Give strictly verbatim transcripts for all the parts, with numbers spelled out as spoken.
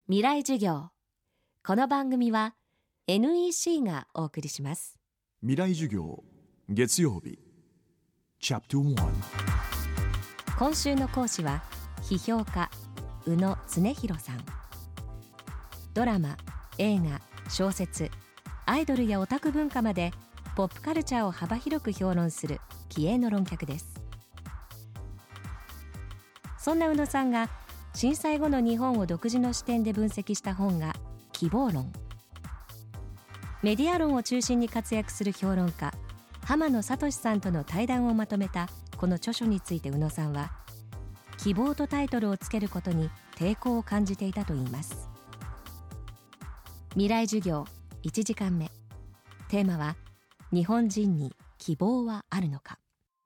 未来授業。この番組は エヌイーシー がお送りします。 未来授業月曜日チャプターワン。 今週の講師は批評家宇野恒弘さん。ドラマ、映画、小説、アイドルやオタク文化までポップカルチャーを幅広く評論する気鋭の論客です。そんな宇野さんが震災後の日本を独自の視点で分析した本が希望論。メディア論を中心に活躍する評論家浜野聡さんとの対談をまとめたこの著書について宇野さんは、希望とタイトルをつけることに抵抗を感じていたといいます。未来授業いちじかんめ、テーマは日本人に希望はあるのか。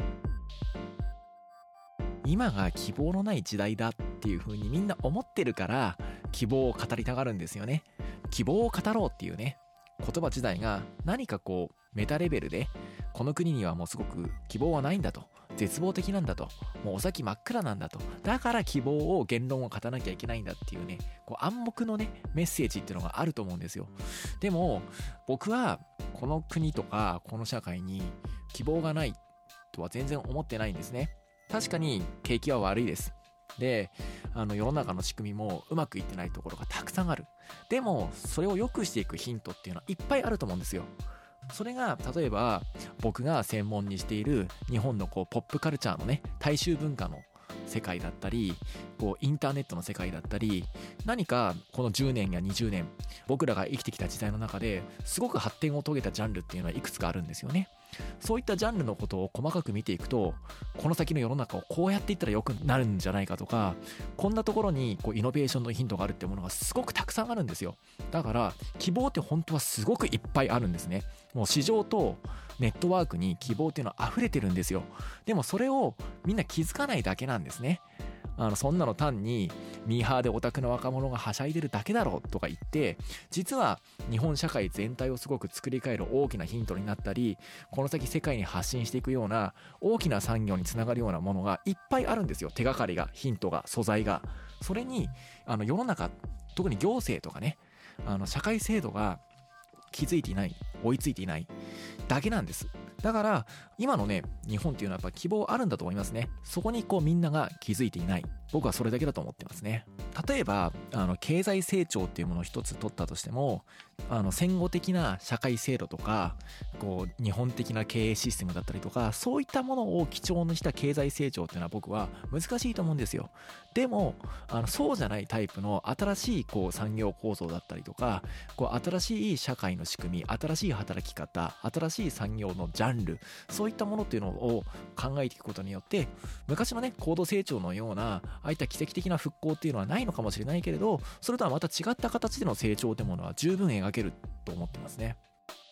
今が希望のない時代だっていう風にみんな思ってるから希望を語りたがるんですよね。希望を語ろうっていうね言葉自体が何かこうメタレベルで、この国にはもうすごく希望はないんだと、絶望的なんだと、もうお先真っ暗なんだと、だから希望を言論を語らなきゃいけないんだっていうね、こう暗黙のねメッセージっていうのがあると思うんですよ。でも僕はこの国とかこの社会に希望がないとは全然思ってないんですね。確かに景気は悪いです。で、あの世の中の仕組みもうまくいってないところがたくさんある。でもそれを良くしていくヒントっていうのはいっぱいあると思うんですよ。それが例えば僕が専門にしている日本のこうポップカルチャーのね大衆文化の世界だったり、こうインターネットの世界だったり、何かこのじゅうねんやにじゅうねん僕らが生きてきた時代の中ですごく発展を遂げたジャンルっていうのはいくつかあるんですよね。そういったジャンルのことを細かく見ていくと、この先の世の中をこうやっていったら良くなるんじゃないかとか、こんなところにこうイノベーションのヒントがあるってものがすごくたくさんあるんですよ。だから希望って本当はすごくいっぱいあるんですね。もう市場とネットワークに希望っていうのは溢れてるんですよ。でもそれをみんな気づかないだけなんですね。あのそんなの単にミーハーでオタクの若者がはしゃいでるだけだろうとか言って、実は日本社会全体をすごく作り変える大きなヒントになったり、この先世界に発信していくような大きな産業につながるようなものがいっぱいあるんですよ。手がかりが、ヒントが、素材が。それにあの世の中、特に行政とかね、あの社会制度が気づいていない、追いついていないだけなんです。だから今のね日本っていうのはやっぱ希望あるんだと思いますね。そこにこうみんなが気づいていない、僕はそれだけだと思ってますね。例えばあの経済成長っていうものを一つ取ったとしても、あの戦後的な社会制度とか、こう日本的な経営システムだったりとか、そういったものを基調にした経済成長っていうのは僕は難しいと思うんですよ。でもあのそうじゃないタイプの新しいこう産業構造だったりとか、こう新しい社会の仕組み、新しい働き方、新しい産業のジャンル、そういったものっていうのを考えていくことによって、昔のね高度成長のようなああいった奇跡的な復興っていうのはないのかもしれないけれど、それとはまた違った形での成長というものは十分描けると思ってますね。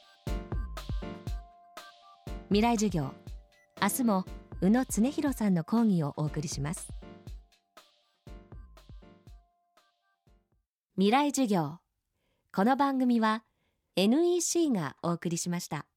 未来授業、明日も宇野恒弘さんの講義をお送りします。未来授業、この番組は エヌイーシー がお送りしました。